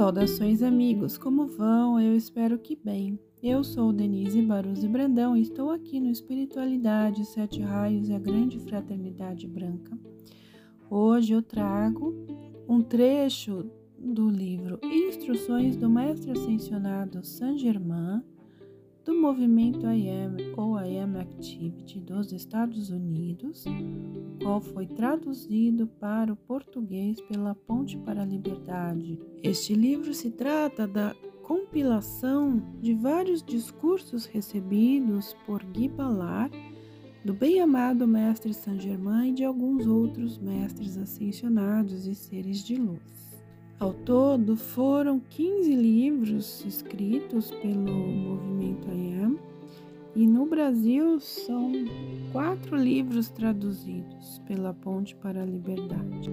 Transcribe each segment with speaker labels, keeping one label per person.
Speaker 1: Saudações, amigos, como vão? Eu espero que bem. Eu sou Denise Baruzzi Brandão e estou aqui no Espiritualidade, Sete Raios e a Grande Fraternidade Branca. Hoje eu trago um trecho do livro Instruções do Mestre Ascensionado Saint Germain, do movimento I Am ou I Am Activity dos Estados Unidos, o qual foi traduzido para o português pela Ponte para a Liberdade. Este livro se trata da compilação de vários discursos recebidos por Guy Ballard, do bem-amado Mestre Saint Germain e de alguns outros mestres ascensionados e seres de luz. Ao todo, foram 15 livros escritos pelo movimento I Am, e no Brasil são 4 livros traduzidos pela Ponte para a Liberdade.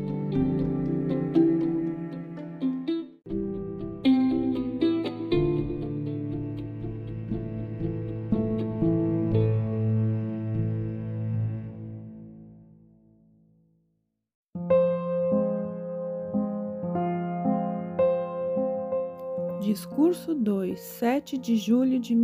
Speaker 1: Discurso 2, 7 de julho de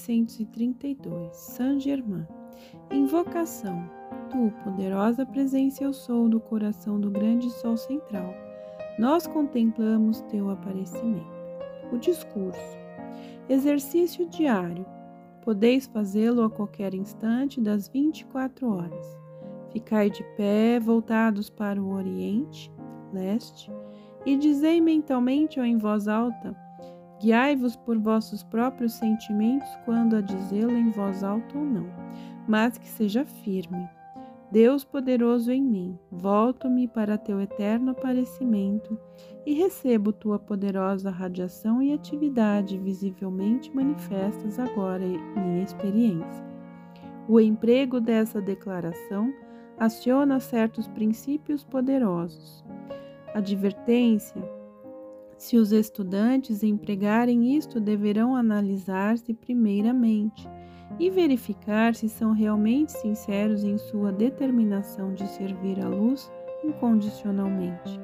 Speaker 1: 1932, Saint Germain. Invocação. Tu, poderosa presença eu sou do coração do grande sol central. Nós contemplamos teu aparecimento. O discurso. Exercício diário. Podeis fazê-lo a qualquer instante das 24 horas. Ficai de pé, voltados para o oriente, leste, e dizei mentalmente ou em voz alta: guiai-vos por vossos próprios sentimentos quando a dizê-lo em voz alta ou não, mas que seja firme. Deus poderoso em mim, volto-me para teu eterno aparecimento e recebo tua poderosa radiação e atividade visivelmente manifestas agora em minha experiência. O emprego dessa declaração aciona certos princípios poderosos. Advertência. Se os estudantes empregarem isto, deverão analisar-se primeiramente e verificar se são realmente sinceros em sua determinação de servir a luz incondicionalmente.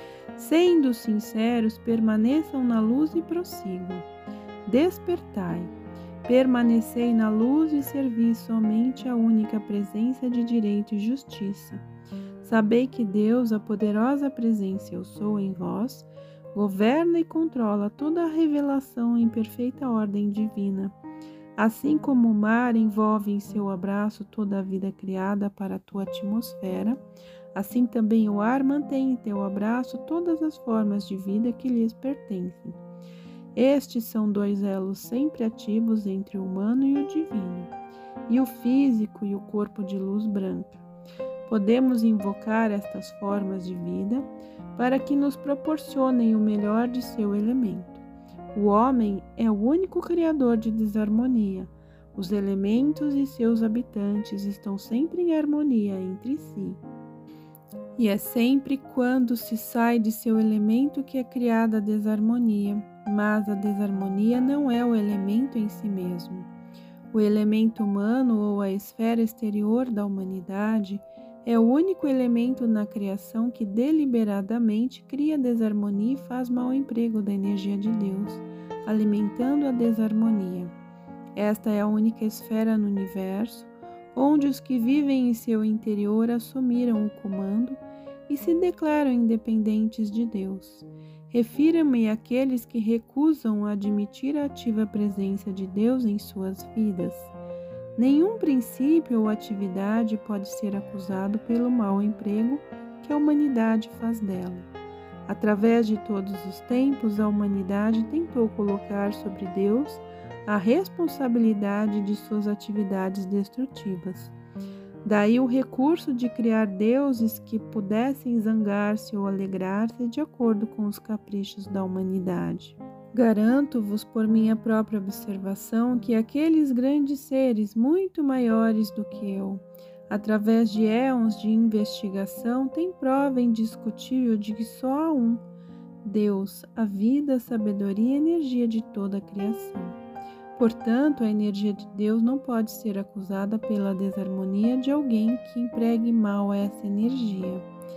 Speaker 1: Sendo sinceros, permaneçam na luz e prossigam. Despertai. Permanecei na luz e servi somente a única presença de direito e justiça. Sabei que Deus, a poderosa presença eu sou em vós, governa e controla toda a revelação em perfeita ordem divina. Assim como o mar envolve em seu abraço toda a vida criada para a tua atmosfera, assim também o ar mantém em teu abraço todas as formas de vida que lhes pertencem. Estes são dois elos sempre ativos entre o humano e o divino, e o físico e o corpo de luz branca. Podemos invocar estas formas de vida para que nos proporcionem o melhor de seu elemento. O homem é o único criador de desarmonia. Os elementos e seus habitantes estão sempre em harmonia entre si. E é sempre quando se sai de seu elemento que é criada a desarmonia, mas a desarmonia não é o elemento em si mesmo. O elemento humano ou a esfera exterior da humanidade é o único elemento na criação que deliberadamente cria desarmonia e faz mau emprego da energia de Deus, alimentando a desarmonia. Esta é a única esfera no universo onde os que vivem em seu interior assumiram o comando e se declaram independentes de Deus. Refira-me àqueles que recusam admitir a ativa presença de Deus em suas vidas. Nenhum princípio ou atividade pode ser acusado pelo mau emprego que a humanidade faz dela. Através de todos os tempos, a humanidade tentou colocar sobre Deus a responsabilidade de suas atividades destrutivas. Daí o recurso de criar deuses que pudessem zangar-se ou alegrar-se de acordo com os caprichos da humanidade. Garanto-vos por minha própria observação que aqueles grandes seres muito maiores do que eu, através de éons de investigação, têm prova indiscutível de que só há um Deus, a vida, a sabedoria e a energia de toda a criação. Portanto, a energia de Deus não pode ser acusada pela desarmonia de alguém que empregue mal essa energia.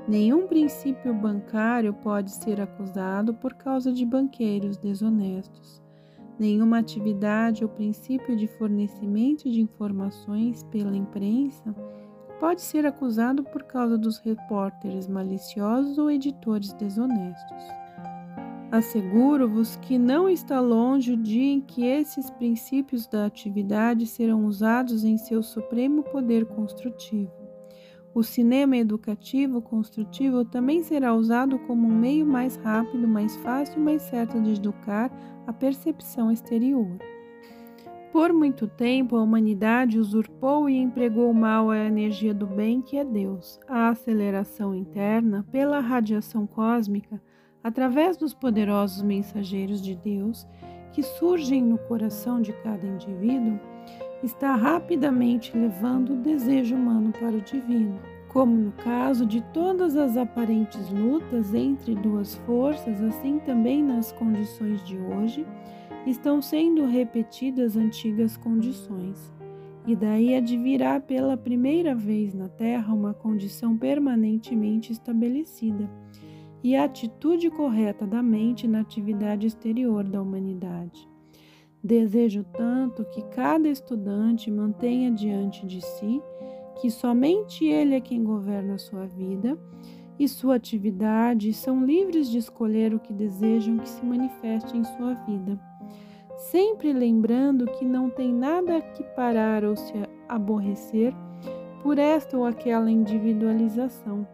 Speaker 1: Nenhum princípio bancário pode ser acusado por causa de banqueiros desonestos. Nenhuma atividade ou princípio de fornecimento de informações pela imprensa pode ser acusado por causa dos repórteres maliciosos ou editores desonestos. Asseguro-vos que não está longe o dia em que esses princípios da atividade serão usados em seu supremo poder construtivo. O cinema educativo construtivo também será usado como um meio mais rápido, mais fácil e mais certo de educar a percepção exterior. Por muito tempo, a humanidade usurpou e empregou mal a energia do bem, que é Deus. A aceleração interna, pela radiação cósmica, através dos poderosos mensageiros de Deus, que surgem no coração de cada indivíduo, está rapidamente levando o desejo humano para o divino. Como no caso de todas as aparentes lutas entre duas forças, assim também nas condições de hoje, estão sendo repetidas antigas condições, e daí advirá pela primeira vez na Terra uma condição permanentemente estabelecida, e a atitude correta da mente na atividade exterior da humanidade. Desejo tanto que cada estudante mantenha diante de si que somente ele é quem governa a sua vida e sua atividade e são livres de escolher o que desejam que se manifeste em sua vida, sempre lembrando que não tem nada que parar ou se aborrecer por esta ou aquela individualização.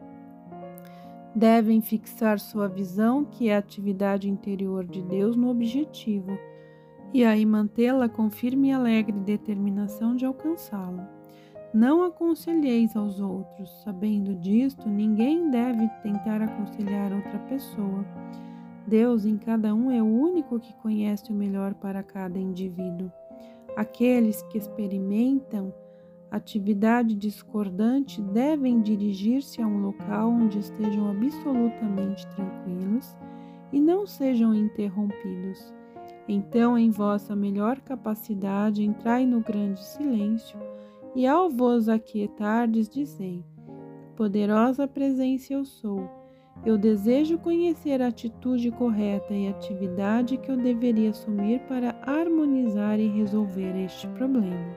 Speaker 1: Devem fixar sua visão, que é a atividade interior de Deus, no objetivo, e aí mantê-la com firme e alegre determinação de alcançá-lo. Não aconselheis aos outros. Sabendo disto, ninguém deve tentar aconselhar outra pessoa. Deus em cada um é o único que conhece o melhor para cada indivíduo. Aqueles que experimentam atividade discordante devem dirigir-se a um local onde estejam absolutamente tranquilos e não sejam interrompidos. Então, em vossa melhor capacidade, entrai no grande silêncio e ao vos aquietardes, dizei: poderosa presença eu sou. Eu desejo conhecer a atitude correta e a atividade que eu deveria assumir para harmonizar e resolver este problema.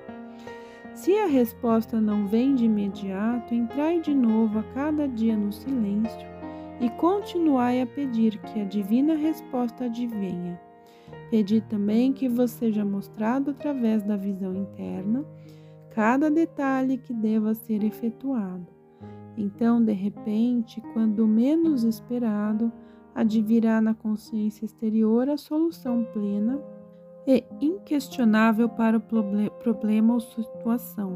Speaker 1: Se a resposta não vem de imediato, entrai de novo a cada dia no silêncio e continuai a pedir que a divina resposta advenha. Pedi também que vos seja mostrado através da visão interna cada detalhe que deva ser efetuado. Então, de repente, quando menos esperado, advirá na consciência exterior a solução plena e inquestionável para o problema ou situação.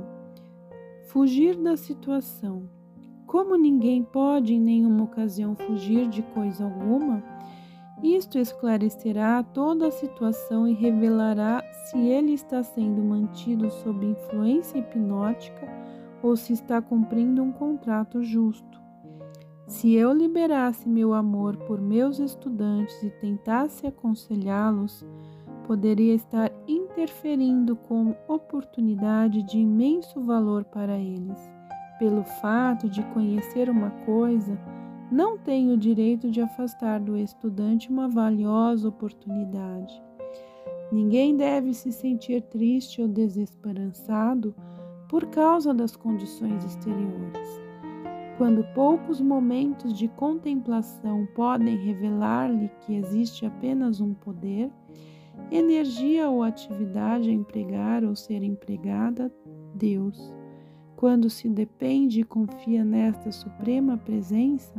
Speaker 1: Fugir da situação. Como ninguém pode em nenhuma ocasião fugir de coisa alguma, isto esclarecerá toda a situação e revelará se ele está sendo mantido sob influência hipnótica ou se está cumprindo um contrato justo. Se eu liberasse meu amor por meus estudantes e tentasse aconselhá-los, poderia estar interferindo com oportunidade de imenso valor para eles. Pelo fato de conhecer uma coisa, não tenho o direito de afastar do estudante uma valiosa oportunidade. Ninguém deve se sentir triste ou desesperançado por causa das condições exteriores. Quando poucos momentos de contemplação podem revelar-lhe que existe apenas um poder, energia ou atividade a empregar ou ser empregada, Deus. Quando se depende e confia nesta suprema presença,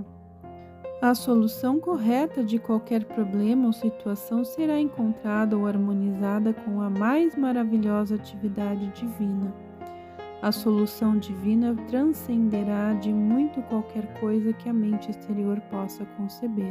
Speaker 1: a solução correta de qualquer problema ou situação será encontrada ou harmonizada com a mais maravilhosa atividade divina. A solução divina transcenderá de muito qualquer coisa que a mente exterior possa conceber,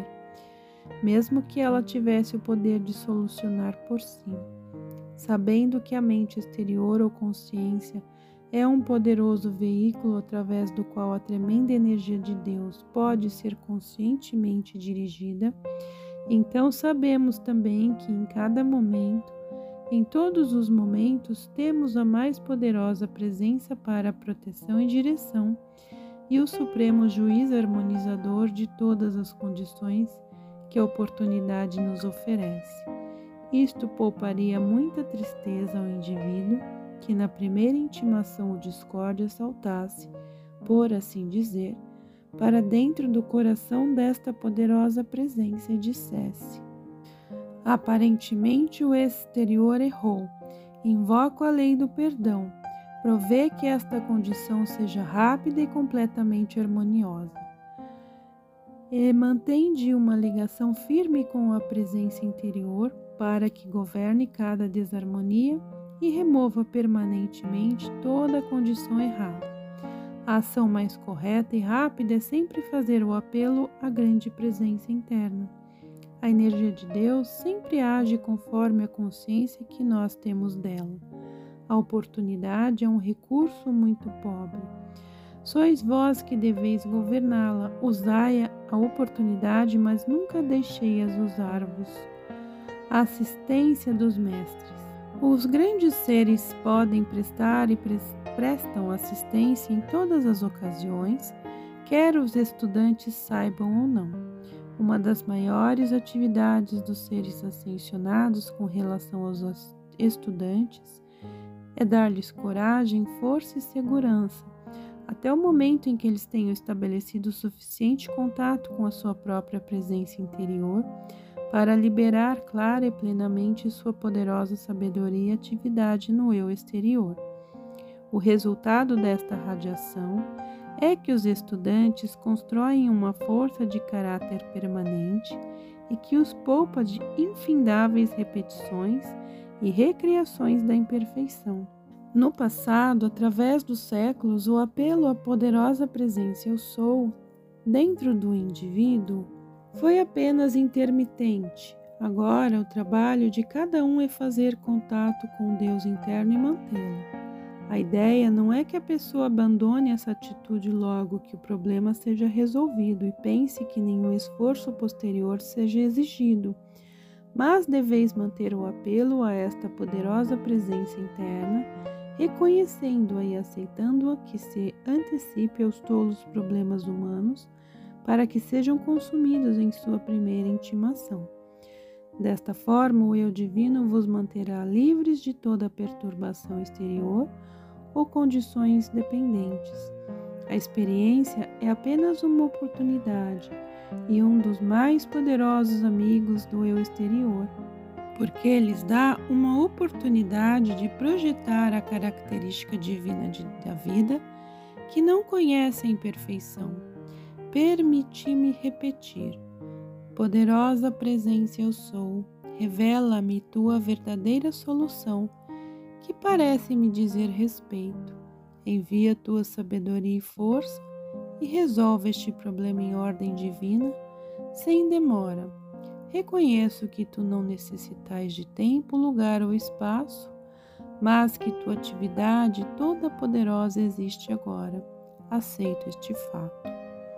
Speaker 1: mesmo que ela tivesse o poder de solucionar por si. Sabendo que a mente exterior ou consciência é um poderoso veículo através do qual a tremenda energia de Deus pode ser conscientemente dirigida, então sabemos também que em cada momento, em todos os momentos, temos a mais poderosa presença para a proteção e direção, e o supremo juiz harmonizador de todas as condições que a oportunidade nos oferece. Isto pouparia muita tristeza ao indivíduo que na primeira intimação ou discórdia saltasse, por assim dizer, para dentro do coração desta poderosa presença e dissesse: aparentemente o exterior errou, invoco a lei do perdão, provê que esta condição seja rápida e completamente harmoniosa. E mantende uma ligação firme com a presença interior para que governe cada desarmonia e remova permanentemente toda a condição errada. A ação mais correta e rápida é sempre fazer o apelo à grande presença interna. A energia de Deus sempre age conforme a consciência que nós temos dela. A oportunidade é um recurso muito pobre. Sois vós que deveis governá-la. Usai a oportunidade, mas nunca deixei-as usar-vos. A assistência dos mestres. Os grandes seres podem prestar e prestam assistência em todas as ocasiões, quer os estudantes saibam ou não. Uma das maiores atividades dos seres ascensionados com relação aos estudantes é dar-lhes coragem, força e segurança, até o momento em que eles tenham estabelecido o suficiente contato com a sua própria presença interior para liberar clara e plenamente sua poderosa sabedoria e atividade no eu exterior. O resultado desta radiação é que os estudantes constroem uma força de caráter permanente e que os poupa de infindáveis repetições e recriações da imperfeição. No passado, através dos séculos, o apelo à poderosa presença Eu Sou dentro do indivíduo foi apenas intermitente. Agora, o trabalho de cada um é fazer contato com o Deus interno e mantê-lo. A ideia não é que a pessoa abandone essa atitude logo que o problema seja resolvido e pense que nenhum esforço posterior seja exigido, mas deveis manter o apelo a esta poderosa presença interna, reconhecendo-a e aceitando-a que se antecipe aos tolos problemas humanos para que sejam consumidos em sua primeira intimação. Desta forma, o Eu Divino vos manterá livres de toda perturbação exterior ou condições dependentes. A experiência é apenas uma oportunidade e um dos mais poderosos amigos do Eu exterior, porque lhes dá uma oportunidade de projetar a característica divina da vida que não conhece a imperfeição. Permiti-me repetir: poderosa presença Eu Sou, revela-me tua verdadeira solução, que parece me dizer respeito. Envia tua sabedoria e força e resolve este problema em ordem divina, sem demora. Reconheço que tu não necessitais de tempo, lugar ou espaço, mas que tua atividade toda poderosa existe agora. Aceito este fato.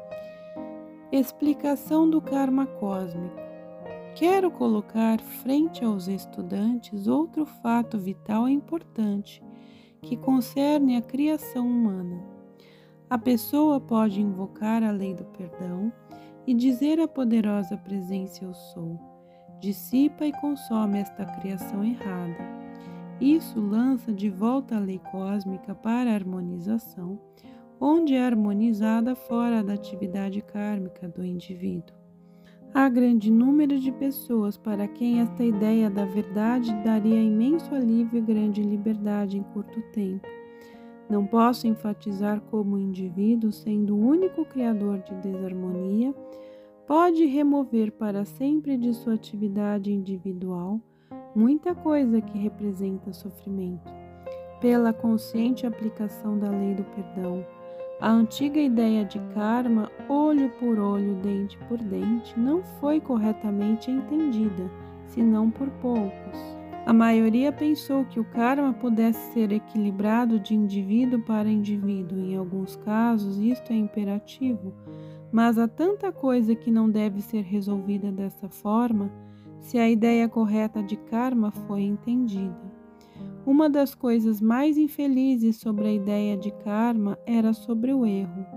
Speaker 1: Explicação do karma cósmico. Quero colocar frente aos estudantes outro fato vital e importante, que concerne a criação humana. A pessoa pode invocar a lei do perdão e dizer à poderosa presença Eu Sou: dissipa e consome esta criação errada. Isso lança de volta a lei cósmica para a harmonização, onde é harmonizada fora da atividade kármica do indivíduo. Há grande número de pessoas para quem esta ideia da verdade daria imenso alívio e grande liberdade em curto tempo. Não posso enfatizar como o indivíduo, sendo o único criador de desarmonia, pode remover para sempre de sua atividade individual muita coisa que representa sofrimento. Pela consciente aplicação da lei do perdão, a antiga ideia de karma, olho por olho, dente por dente, não foi corretamente entendida, senão por poucos. A maioria pensou que o karma pudesse ser equilibrado de indivíduo para indivíduo. Em alguns casos, isto é imperativo, mas há tanta coisa que não deve ser resolvida dessa forma, se a ideia correta de karma foi entendida. Uma das coisas mais infelizes sobre a ideia de karma era sobre o erro.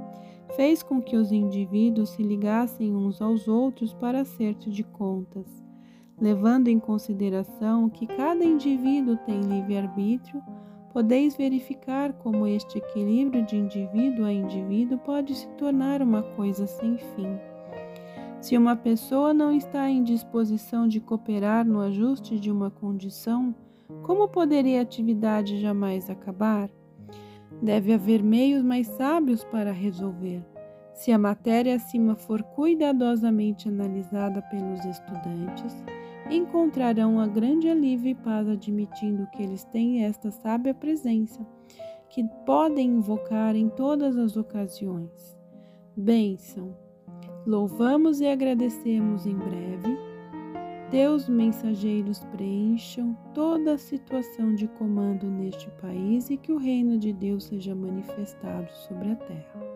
Speaker 1: fez com que os indivíduos se ligassem uns aos outros para acerto de contas, levando em consideração que cada indivíduo tem livre-arbítrio. Podeis verificar como este equilíbrio de indivíduo a indivíduo pode se tornar uma coisa sem fim. Se uma pessoa não está em disposição de cooperar no ajuste de uma condição, como poderia a atividade jamais acabar? Deve haver meios mais sábios para resolver. Se a matéria acima for cuidadosamente analisada pelos estudantes, encontrarão a grande alívio e paz admitindo que eles têm esta sábia presença, que podem invocar em todas as ocasiões. Bênção. Louvamos e agradecemos em breve. Teus mensageiros preencham toda a situação de comando neste país e que o reino de Deus seja manifestado sobre a terra.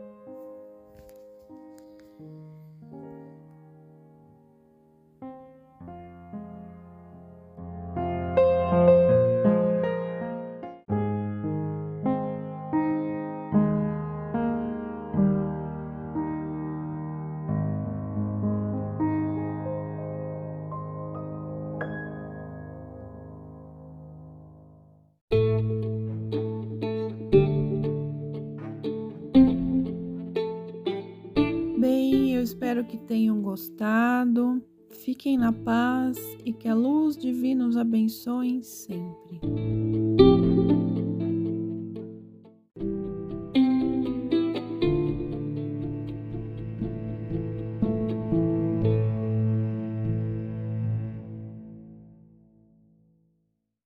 Speaker 1: Bem, eu espero que tenham gostado. Fiquem na paz e que a luz divina os abençoe sempre.